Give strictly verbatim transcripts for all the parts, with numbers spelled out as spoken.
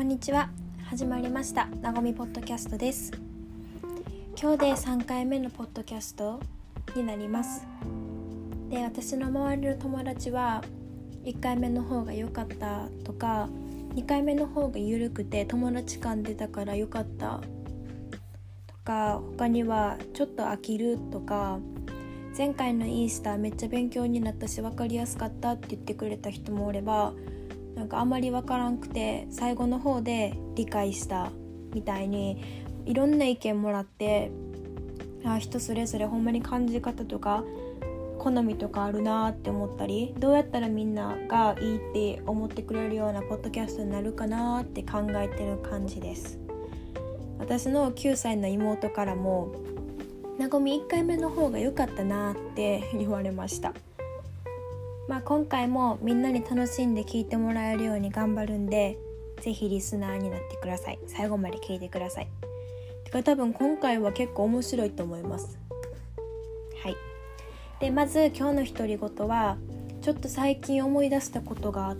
んにちは。始まりましたなごみポッドキャストです。今日でさんかいめのポッドキャストになります。で、私の周りの友達はいっかいめの方が良かったとか、にかいめの方が緩くて友達感出たから良かったとか、他にはちょっと飽きるとか、前回のイースターめっちゃ勉強になったし分かりやすかったって言ってくれた人もおれば、なんかあまり分からんくて最後の方で理解したみたいにいろんな意見もらって、あ、人それぞれほんまに感じ方とか好みとかあるなって思ったり、どうやったらみんながいいって思ってくれるようなポッドキャストになるかなって考えてる感じです。私のきゅうさいの妹からもなごみいっかいめの方が良かったなって言われました。まあ、今回もみんなに楽しんで聞いてもらえるように頑張るんで、ぜひリスナーになってください。最後まで聞いてください。てか多分今回は結構面白いと思います。はい。で、まず今日の独り言はちょっと最近思い出したことがあって、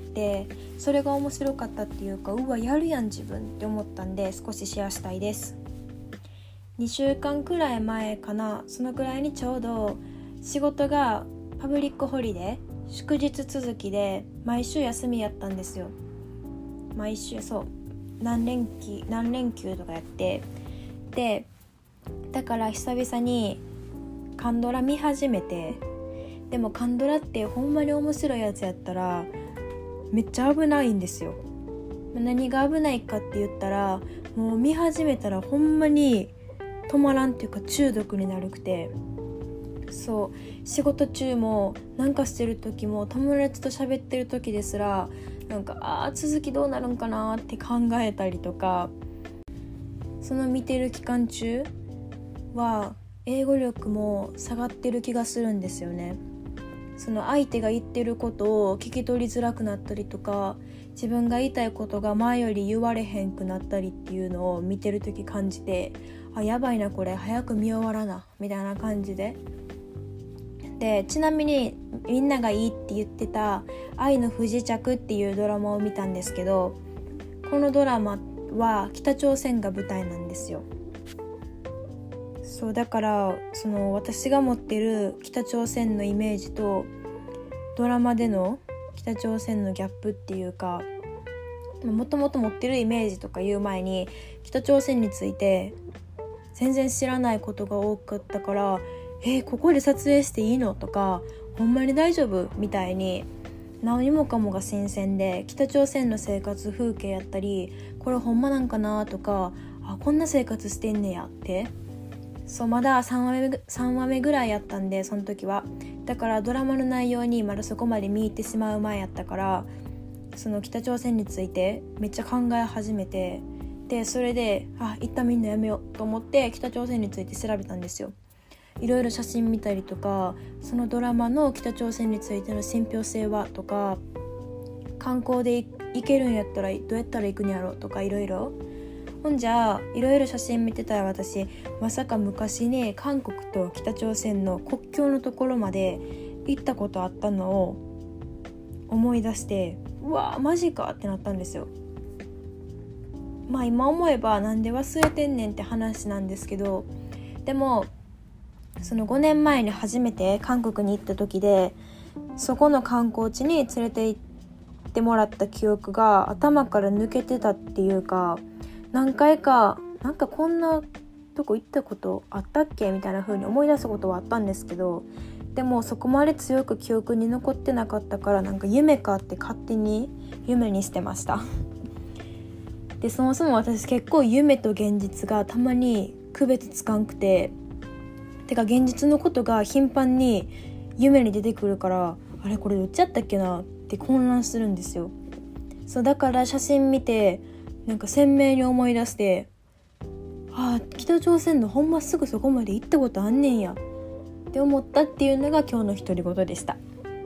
それが面白かったっていうか、うわやるやん自分って思ったんで少しシェアしたいです。にしゅうかんくらい前かな、そのくらいにちょうど仕事がパブリックホリデー祝日続きで毎週休みやったんですよ。毎週そう何連休何連休とかやって、でだから久々にカンドラ見始めて、でもカンドラってほんまに面白いやつやったらめっちゃ危ないんですよ。何が危ないかって言ったら、もう見始めたらほんまに止まらんっていうか中毒になるくて、そう仕事中もなんかしてる時も友達と喋ってる時ですらなんかあー続きどうなるんかなって考えたりとか、その見てる期間中は英語力も下がってる気がするんですよね。その相手が言ってることを聞き取りづらくなったりとか、自分が言いたいことが前より言われへんくなったりっていうのを見てる時感じて、あやばいなこれ早く見終わらなみたいな感じで。でちなみにみんながいいって言ってた愛の不時着っていうドラマを見たんですけど、このドラマは北朝鮮が舞台なんですよ。そうだからその私が持ってる北朝鮮のイメージとドラマでの北朝鮮のギャップっていうか、もともと持ってるイメージとか言う前に北朝鮮について全然知らないことが多かったから、えー、ここで撮影していいのとか、ほんまに大丈夫みたいに何もかもが新鮮で、北朝鮮の生活風景やったり、これほんまなんかなとか、あこんな生活してんねやって、そうまださんわめさんわめぐらいやったんで、その時はだからドラマの内容にまだそこまで見入ってしまう前やったから、その北朝鮮についてめっちゃ考え始めて、でそれであ一旦みんなやめようと思って北朝鮮について調べたんですよ。いろいろ写真見たりとか、そのドラマの北朝鮮についての信憑性はとか、観光で行けるんやったらどうやったら行くんやろとか、いろいろほんじゃいろいろ写真見てたら、私まさか昔に韓国と北朝鮮の国境のところまで行ったことあったのを思い出して、うわマジかってなったんですよ。まあ今思えばなんで忘れてんねんって話なんですけど、でもそのごねんまえに初めて韓国に行った時で、そこの観光地に連れて行ってもらった記憶が頭から抜けてたっていうか、何回かなんかこんなとこ行ったことあったっけみたいな風に思い出すことはあったんですけど、でもそこまで強く記憶に残ってなかったから、なんか夢かって勝手に夢にしてましたでそもそも私結構夢と現実がたまに区別つかんくて、てか現実のことが頻繁に夢に出てくるから、あれこれどっちやったっけなって混乱するんですよ。そうだから写真見てなんか鮮明に思い出して、ああ北朝鮮のほんますぐそこまで行ったことあんねんやって思ったっていうのが今日の独り言でした。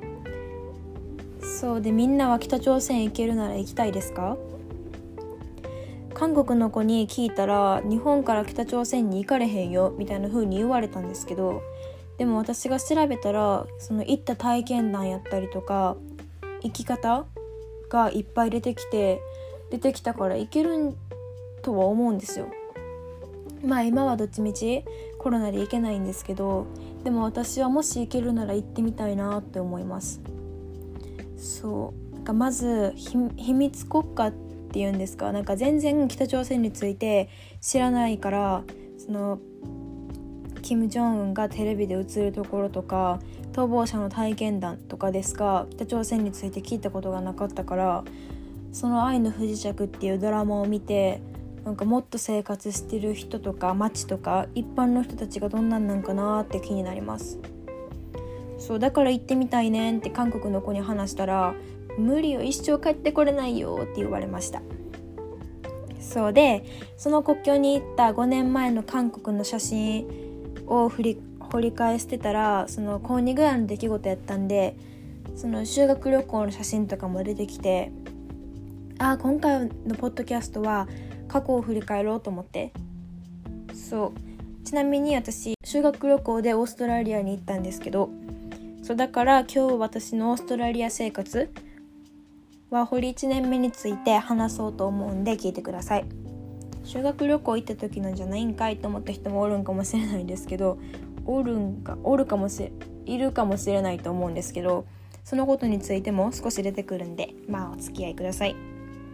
そうで、みんなは北朝鮮行けるなら行きたいですか？韓国の子に聞いたら、日本から北朝鮮に行かれへんよみたいな風に言われたんですけど、でも私が調べたら、その行った体験談やったりとか生き方がいっぱい出てきて、 出てきたから行けるんとは思うんですよ。まあ今はどっちみちコロナで行けないんですけど、でも私はもし行けるなら行ってみたいなって思います。そうなんかまず秘密国家っていうんですか、なんか全然北朝鮮について知らないから、そのキム・ジョンウンがテレビで映るところとか逃亡者の体験談とかですか、北朝鮮について聞いたことがなかったから、その愛の不時着っていうドラマを見て、なんかもっと生活してる人とか街とか一般の人たちがどんなんなんかなって気になります。そうだから行ってみたいねんって韓国の子に話したら、無理よ、一生帰ってこれないよって言われました。そうで、その国境に行ったごねんまえの韓国の写真を振り掘り返してたら、その高にぐらいの出来事やったんで、その修学旅行の写真とかも出てきて、あ、今回のポッドキャストは過去を振り返ろうと思って。そうちなみに私修学旅行でオーストラリアに行ったんですけど、そうだから今日私のオーストラリア生活ワーホリいちねんめについて話そうと思うんで聞いてください。修学旅行行った時なんじゃないんかいと思った人もおるんかもしれないんですけど、おるんかおるかもしれいるかもしれないと思うんですけど、そのことについても少し出てくるんで、まあお付き合いください。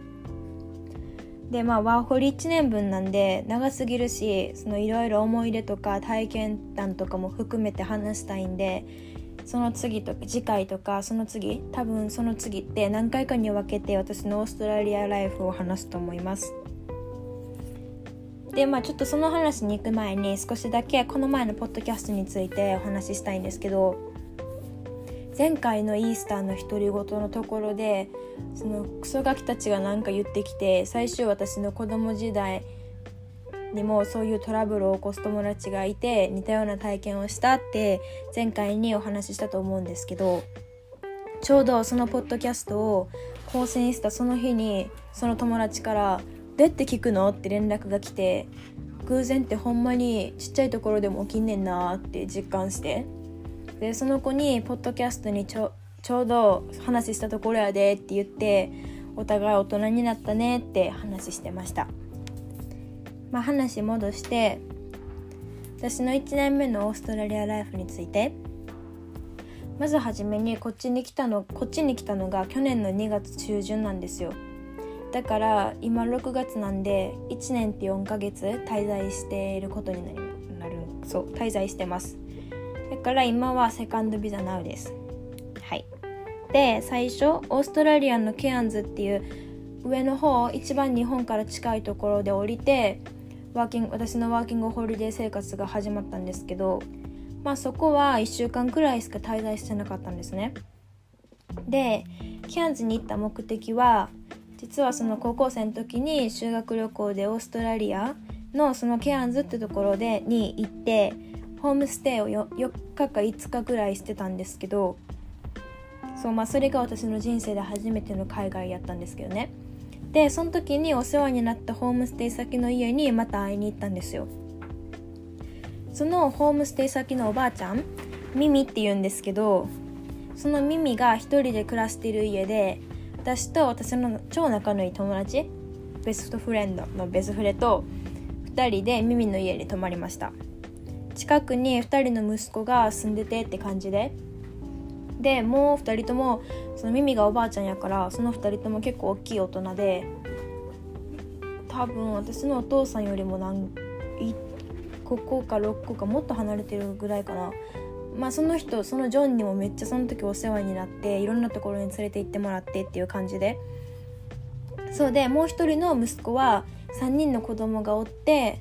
でまあワーホリいちねんぶんなんで長すぎるし、そのいろいろ思い出とか体験談とかも含めて話したいんで、その次とか次回とかその次多分その次って何回かに分けて私のオーストラリアライフを話すと思います。でまあちょっとその話に行く前に少しだけこの前のポッドキャストについてお話ししたいんですけど、前回のイースターの独り言のところでそのクソガキたちがなんか言ってきて、最終私の子供時代にもそういうトラブルを起こす友達がいて似たような体験をしたって前回にお話ししたと思うんですけど、ちょうどそのポッドキャストを更新したその日にその友達からどうやって聞くのって連絡が来て、偶然ってほんまにちっちゃいところでも起きんねんなって実感して、でその子にポッドキャストにち ょ, ちょうど話したところやでって言って、お互い大人になったねって話してました。まあ、話戻して、私のいちねんめのオーストラリアライフについて、まずはじめにこっちに来たのこっちに来たのが去年のにがつ中旬なんですよ。だから今ろくがつなんでいちねんとよんかげつ滞在していることになるそう滞在してます。だから今はセカンドビザナウです。はい。で最初オーストラリアのケアンズっていう上の方、一番日本から近いところで降りてワーキング私のワーキングホリデー生活が始まったんですけど、まあそこはいっしゅうかんくらいしか滞在してなかったんですね。でケアンズに行った目的は、実はその高校生の時に修学旅行でオーストラリアのそのケアンズってところでに行ってホームステイを よ, よっかかいつかぐらいしてたんですけど、そう、まあ、それが私の人生で初めての海外やったんですけどね。でその時にお世話になったホームステイ先の家にまた会いに行ったんですよ。そのホームステイ先のおばあちゃん、ミミって言うんですけど、そのミミが一人で暮らしている家で、私と私の超仲のいい友達、ベストフレンドのベスフレとふたりでミミの家に泊まりました。近くにふたりの息子が住んでてって感じで、でもうふたりともそのミミがおばあちゃんやから、そのふたりとも結構大きい大人で、多分私のお父さんよりも何ごこかろっこかもっと離れてるぐらいかな。まあその人そのジョンにもめっちゃその時お世話になって、いろんなところに連れて行ってもらってっていう感じで、そうでもう一人の息子はさんにんの子供がおって、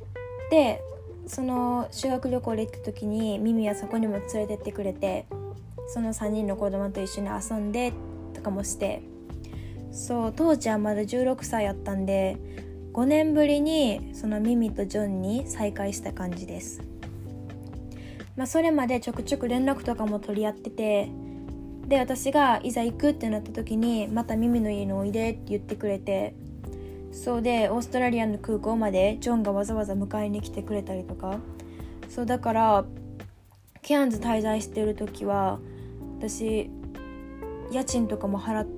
でその修学旅行で行った時にミミはそこにも連れてってくれて、そのさんにんの子供と一緒に遊んでとかもして、そう当時はまだじゅうろくさいやったんで、ごねんぶりにそのミミとジョンに再会した感じです。まあそれまでちょくちょく連絡とかも取り合ってて、で私がいざ行くってなった時にまたミミの家においでって言ってくれて、そうでオーストラリアの空港までジョンがわざわざ迎えに来てくれたりとか、そうだからケアンズ滞在してる時は私家賃とかも払っ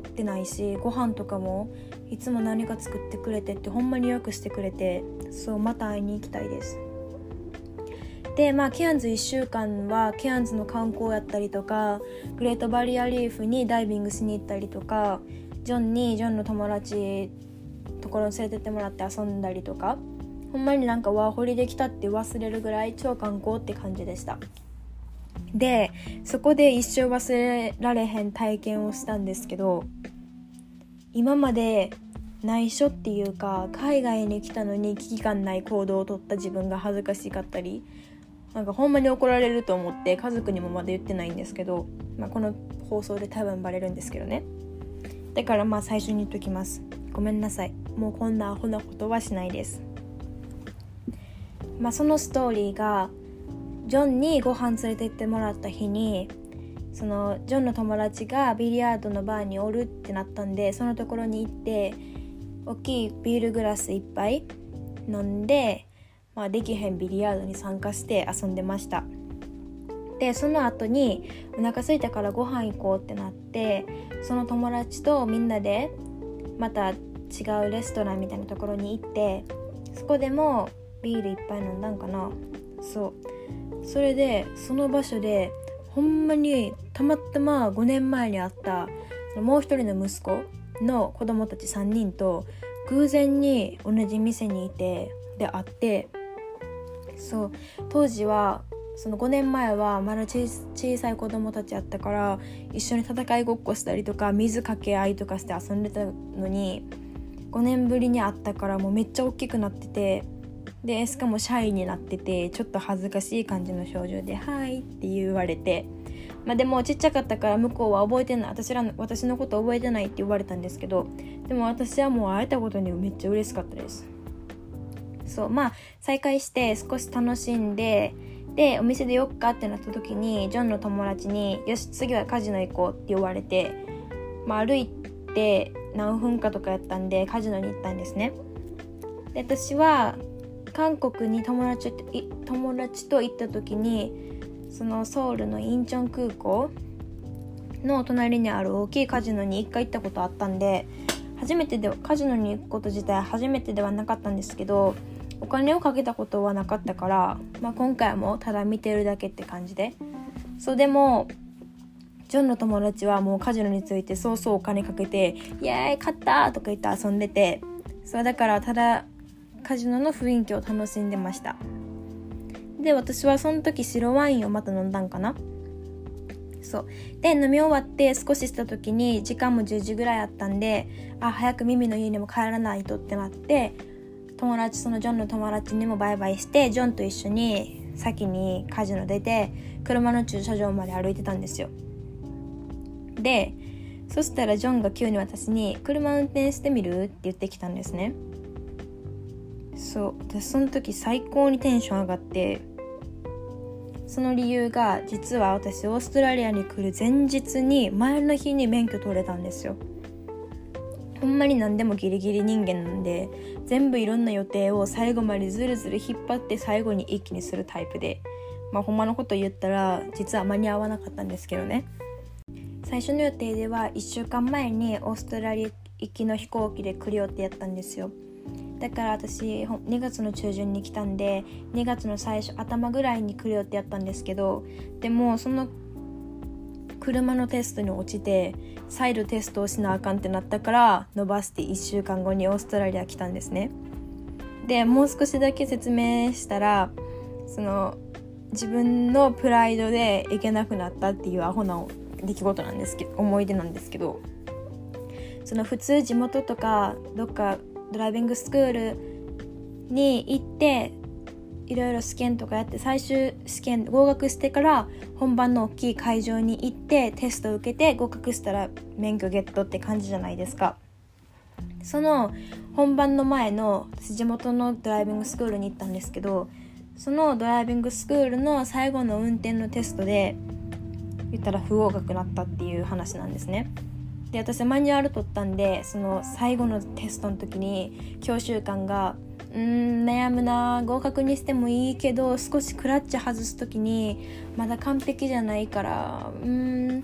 ってないし、ご飯とかもいつも何か作ってくれてってほんまによくしてくれて、そうまた会いに行きたいです。でまあケアンズいっしゅうかんはケアンズの観光やったりとか、グレートバリアリーフにダイビングしに行ったりとか、ジョンにジョンの友達ところに連れてってもらって遊んだりとか、ほんまになんかワーホリできたって忘れるぐらい超観光って感じでした。でそこで一生忘れられへん体験をしたんですけど、今まで内緒っていうか海外に来たのに危機感ない行動を取った自分が恥ずかしかったり、なんかほんまに怒られると思って家族にもまだ言ってないんですけど、まあ、この放送で多分バレるんですけどね。だからまあ最初に言っときます。ごめんなさい。もうこんなアホなことはしないです。まあそのストーリーがジョンにご飯連れて行ってもらった日に、そのジョンの友達がビリヤードのバーにおるってなったんで、そのところに行って大きいビールグラスいっぱい飲んで、まあ、できへんビリヤードに参加して遊んでました。でその後にお腹空いたからご飯行こうってなって、その友達とみんなでまた違うレストランみたいなところに行って、そこでもビールいっぱい飲んだんかな。そうそれでその場所でほんまにたまたまごねんまえに会ったもう一人の息子の子供たちさんにんと偶然に同じ店にいて、で会って、そう当時はそのごねんまえはまだ小さい子供たちやったから一緒に戦いごっこしたりとか水かけ合いとかして遊んでたのに、ごねんぶりに会ったからもうめっちゃ大きくなってて、でしかもシャイになっててちょっと恥ずかしい感じの表情ではいって言われて、まあ、でもちっちゃかったから向こうは覚えてない、私らの私のこと覚えてないって言われたんですけど、でも私はもう会えたことにめっちゃ嬉しかったです。そうまあ再会して少し楽しんで、でお店でよっかってなった時にジョンの友達によし次はカジノ行こうって言われて、まあ、歩いて何分かとかやったんでカジノに行ったんですね。で私は韓国に友達と友達と行った時に、そのソウルのインチョン空港の隣にある大きいカジノに一回行ったことあったんで、初めてでカジノに行くこと自体初めてではなかったんですけど、お金をかけたことはなかったから、まあ、今回もただ見てるだけって感じで、そうでもジョンの友達はもうカジノについてそうそうお金かけてイエーイ勝ったとか言って遊んでて、そうだからただカジノの雰囲気を楽しんでました。で私はその時白ワインをまた飲んだんかな。そうで飲み終わって少しした時に時間もじゅうじぐらいあったんで、あ早くミミの家にも帰らないとってなって、友達そのジョンの友達にもバイバイして、ジョンと一緒に先にカジノ出て車の駐車場まで歩いてたんですよ。でそしたらジョンが急に私に車運転してみるって言ってきたんですね。そう私その時最高にテンション上がって、その理由が実は私オーストラリアに来る前日に前の日に免許取れたんですよ。ほんまに何でもギリギリ人間なんで、全部いろんな予定を最後までずるずる引っ張って最後に一気にするタイプで、まあほんまのこと言ったら実は間に合わなかったんですけどね。最初の予定ではいっしゅうかんまえにオーストラリア行きの飛行機で来る予定やったんですよ。だから私にがつの中旬に来たんでにがつの最初頭ぐらいに来る予定やったんですけど、でもその車のテストに落ちて再度テストをしなあかんってなったから伸ばしていっしゅうかんごにオーストラリア来たんですね。でもう少しだけ説明したら、その自分のプライドで行けなくなったっていうアホな出来事なんですけど、思い出なんですけど、その普通地元とかどっかドライビングスクールに行っていろいろ試験とかやって最終試験合格してから本番の大きい会場に行ってテストを受けて合格したら免許ゲットって感じじゃないですか。その本番の前の私地元のドライビングスクールに行ったんですけど、そのドライビングスクールの最後の運転のテストで言ったら不合格になったっていう話なんですね。で私マニュアル取ったんで、その最後のテストの時に教習官がうーん悩むな、合格にしてもいいけど少しクラッチ外す時にまだ完璧じゃないからうーん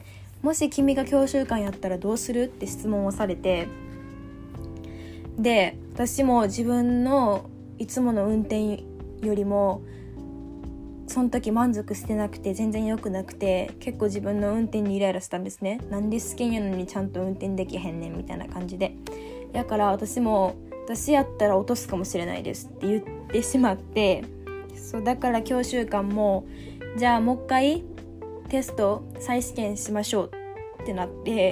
もし君が教習官やったらどうするって質問をされて、で私も自分のいつもの運転よりもその時満足してなくて全然良くなくて、結構自分の運転にイライラしたんですね。なんで好きやのにちゃんと運転できへんねんみたいな感じで。だから私も私やったら落とすかもしれないですって言ってしまって、そうだから教習官もじゃあもう一回テスト再試験しましょうってなって、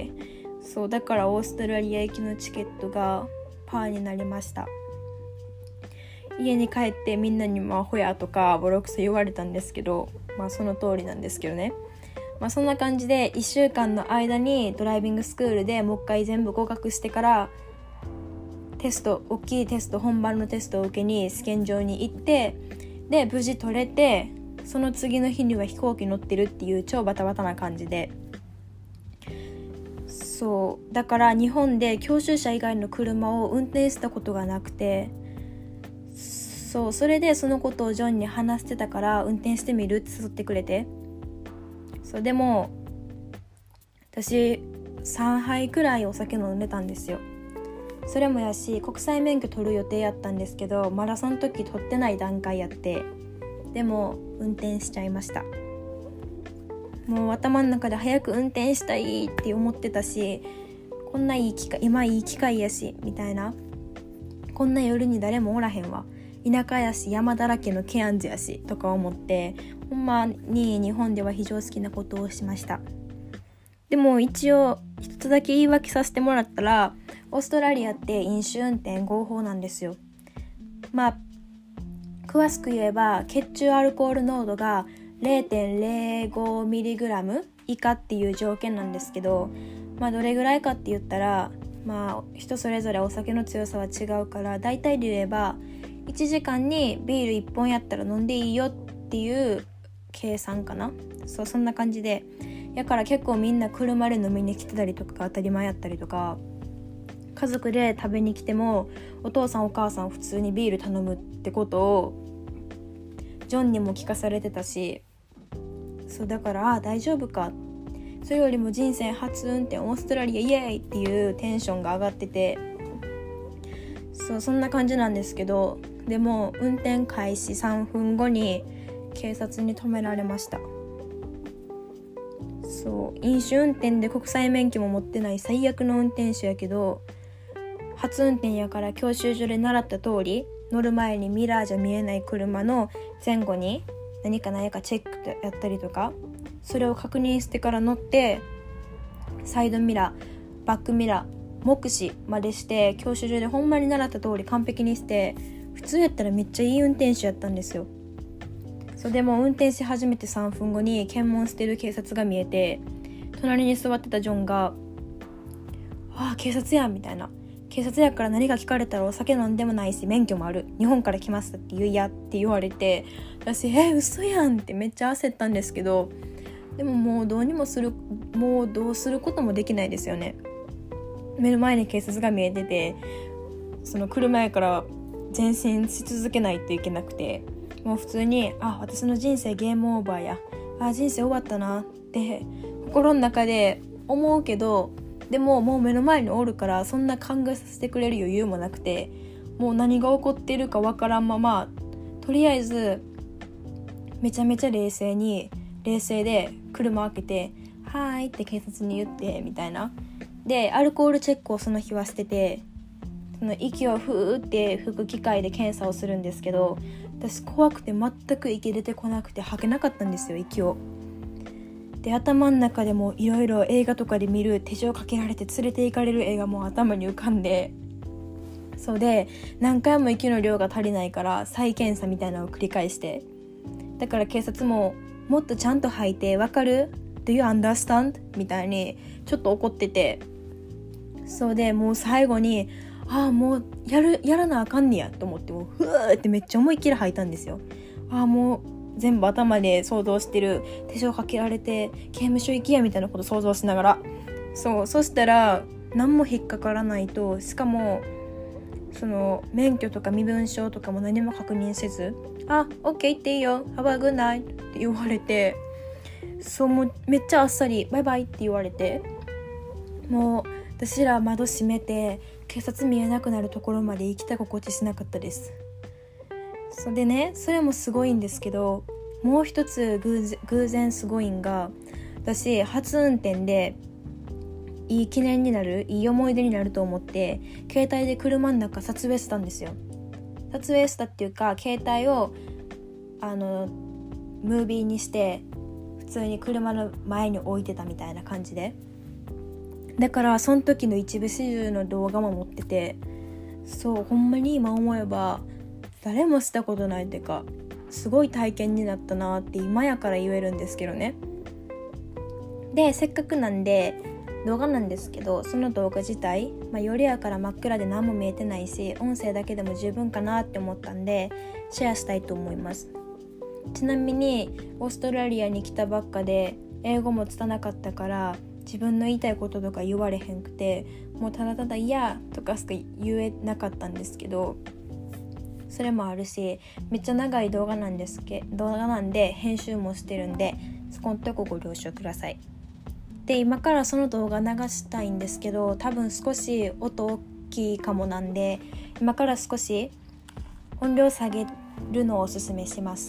そうだからオーストラリア行きのチケットがパーになりました。家に帰ってみんなにまあホヤとかボロクソ言われたんですけど、まあその通りなんですけどね。まあそんな感じでいっしゅうかんの間にドライビングスクールでもう一回全部合格してからテスト、大きいテスト、本番のテストを受けに試験場に行って、で無事取れて、その次の日には飛行機乗ってるっていう超バタバタな感じで、そうだから日本で教習車以外の車を運転したことがなくて、そうそれでそのことをジョンに話してたから運転してみるって誘ってくれて、そうでも私さんはいくらいお酒飲んでたんですよ。それもやし国際免許取る予定やったんですけど、まだその時取ってない段階やって、でも運転しちゃいました。もう頭の中で早く運転したいって思ってたし、こんないい機会、今いい機会やしみたいな、こんな夜に誰もおらへんわ、田舎やし山だらけのケアンズやしとか思って、ほんまに日本では非常好きなことをしました。でも一応一つだけ言い訳させてもらったら、オーストラリアって飲酒運転合法なんですよ。まあ詳しく言えば血中アルコール濃度が ゼロてんゼロごミリグラム 以下っていう条件なんですけど、まあどれぐらいかって言ったら、まあ人それぞれお酒の強さは違うから、大体で言えばいちじかんにビールいっぽんやったら飲んでいいよっていう計算かな。そう、そんな感じで、やから結構みんな車で飲みに来てたりとかが当たり前やったりとか、家族で食べに来てもお父さんお母さん普通にビール頼むってことをジョンにも聞かされてたし、そうだからあ大丈夫か、それよりも人生初運転オーストラリアイエーイっていうテンションが上がってて、そうそんな感じなんですけど、でも運転開始さんぷんごに警察に止められました。そう飲酒運転で国際免許も持ってない最悪の運転手やけど、初運転やから教習所で習った通り、乗る前にミラーじゃ見えない車の前後に何かないかチェックやったりとか、それを確認してから乗って、サイドミラー、バックミラー、目視までして教習所でほんまに習った通り完璧にして、普通やったらめっちゃいい運転手やったんですよ。そうでも運転し始めてさんぷんごに検問してる警察が見えて、隣に座ってたジョンがああ警察やんみたいな、警察やから何か聞かれたらお酒飲んでもないし免許もある、日本から来ましたって言うやって言われて、私えー、嘘やんってめっちゃ焦ったんですけど、でももうどうにもするもうどうすることもできないですよね。目の前に警察が見えてて、その車やから前進し続けないといけなくて、もう普通にあ私の人生ゲームオーバーや、あ人生終わったなって心の中で思うけど、でももう目の前におるからそんな考えさせてくれる余裕もなくて、もう何が起こってるかわからんまま、とりあえずめちゃめちゃ冷静に冷静で車開けてはーいって警察に言ってみたいな。でアルコールチェックをその日はしてて、その息をふーって吹く機械で検査をするんですけど、私怖くて全く息出てこなくて吐けなかったんですよ、息を。で頭の中でもいろいろ映画とかで見る手錠かけられて連れて行かれる映画も頭に浮かんで、そうで何回も息の量が足りないから再検査みたいなのを繰り返して、だから警察ももっとちゃんと吐いてわかる Do you understand? みたいにちょっと怒ってて、そうでもう最後にああもうやるやらなあかんねやと思って、もうふーってめっちゃ思いっきり吐いたんですよ。ああもう全部頭で想像してる、手錠かけられて刑務所行きやみたいなこと想像しながら、そうそしたら何も引っかからないと、しかもその免許とか身分証とかも何も確認せず、あ、オッケー行っていいよ Have a good night って言われて、 そうもうめっちゃあっさりバイバイって言われて、もう私ら窓閉めて警察見えなくなるところまで行きた心地しなかったです。それでね、それもすごいんですけど、もう一つ偶然、偶然すごいんが、私初運転でいい記念になる、いい思い出になると思って携帯で車の中撮影したんですよ。撮影したっていうか、携帯をあのムービーにして普通に車の前に置いてたみたいな感じで、だからその時の一部始終の動画も持ってて、そうほんまに今思えば誰もしたことないっていうか、すごい体験になったなって今やから言えるんですけどね。でせっかくなんで動画なんですけど、その動画自体、まあ、夜やから真っ暗で何も見えてないし、音声だけでも十分かなって思ったんでシェアしたいと思います。ちなみにオーストラリアに来たばっかで英語も拙かったから、自分の言いたいこととか言われへんくて、もうただただいやとかしか言えなかったんですけど、それもあるし、めっちゃ長い動画なんですけ動画なんで編集もしてるんで、そこのとこご了承ください。で今からその動画流したいんですけど、多分少し音大きいかもなんで、今から少し音量下げるのをおすすめします。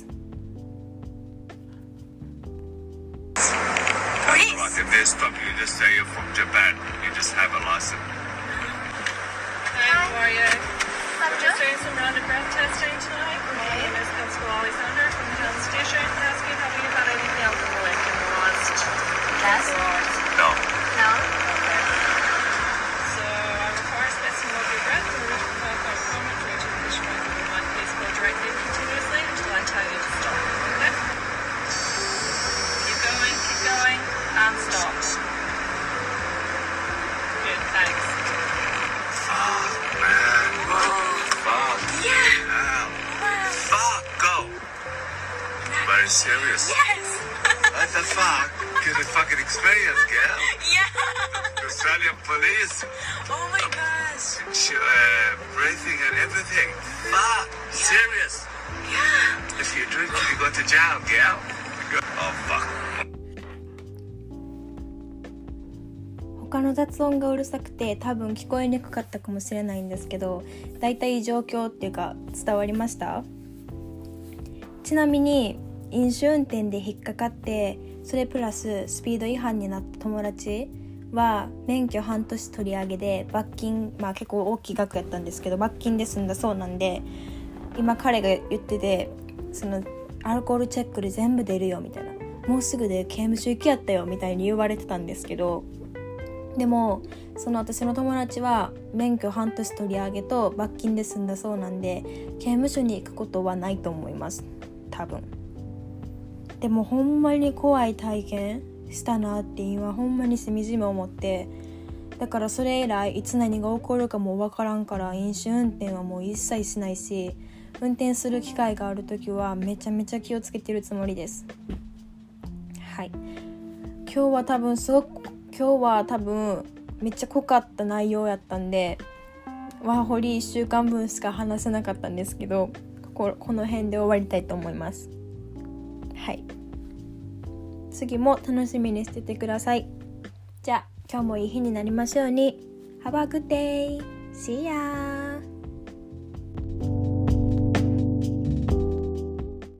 If they stop you, just say you're from Japan. You just have a license. Hi, how are you? We're just doing some random breath testing tonight. My name is Constable Alexander from the Town Station. Asking, have you had anything alcoholic in the last Yes. hours? No. No? Okay. So I require specimen of your breath and reach for five five moment to reach a position where you can mind please go directly and continuously until I tell you to stop. Okay? Keep going, keep going, and stop. Good, thanks. Fuck, man. Fuck. Yeah. Ow. Wow. Fuck, go. Very serious. Yes. What the fuck? Get a fucking experience, girl. Yeah. Australian police. Oh my gosh. Uh, breathing and everything. Fuck. Serious. Yeah. If you drink, you go to jail, girl. Oh, fuck. 他の雑音がうるさくて多分聞こえにくかったかもしれないんですけど、だいたい状況っていうか伝わりました？ちなみに飲酒運転で引っかかって、それプラススピード違反になった友達は免許半年取り上げで罰金、まあ結構大きい額やったんですけど罰金で済んだそうなんで、今彼が言ってて、そのアルコールチェックで全部出るよみたいな、もうすぐで刑務所行きやったよみたいに言われてたんですけど、でもその私の友達は免許半年取り上げと罰金で済んだそうなんで、刑務所に行くことはないと思います、多分。でもほんまに怖い体験したなって今ほんまにしみじみ思って、だからそれ以来いつ何が起こるかもわからんから、飲酒運転はもう一切しないし、運転する機会があるときはめちゃめちゃ気をつけてるつもりです。はい、今日は多分すごく今日は多分めっちゃ濃かった内容やったんで、ワーホリいっしゅうかんぶんしか話せなかったんですけど、ここ、この辺で終わりたいと思います。はい、次も楽しみにしててください。じゃあ今日もいい日になりますように。 Have a good day. See ya.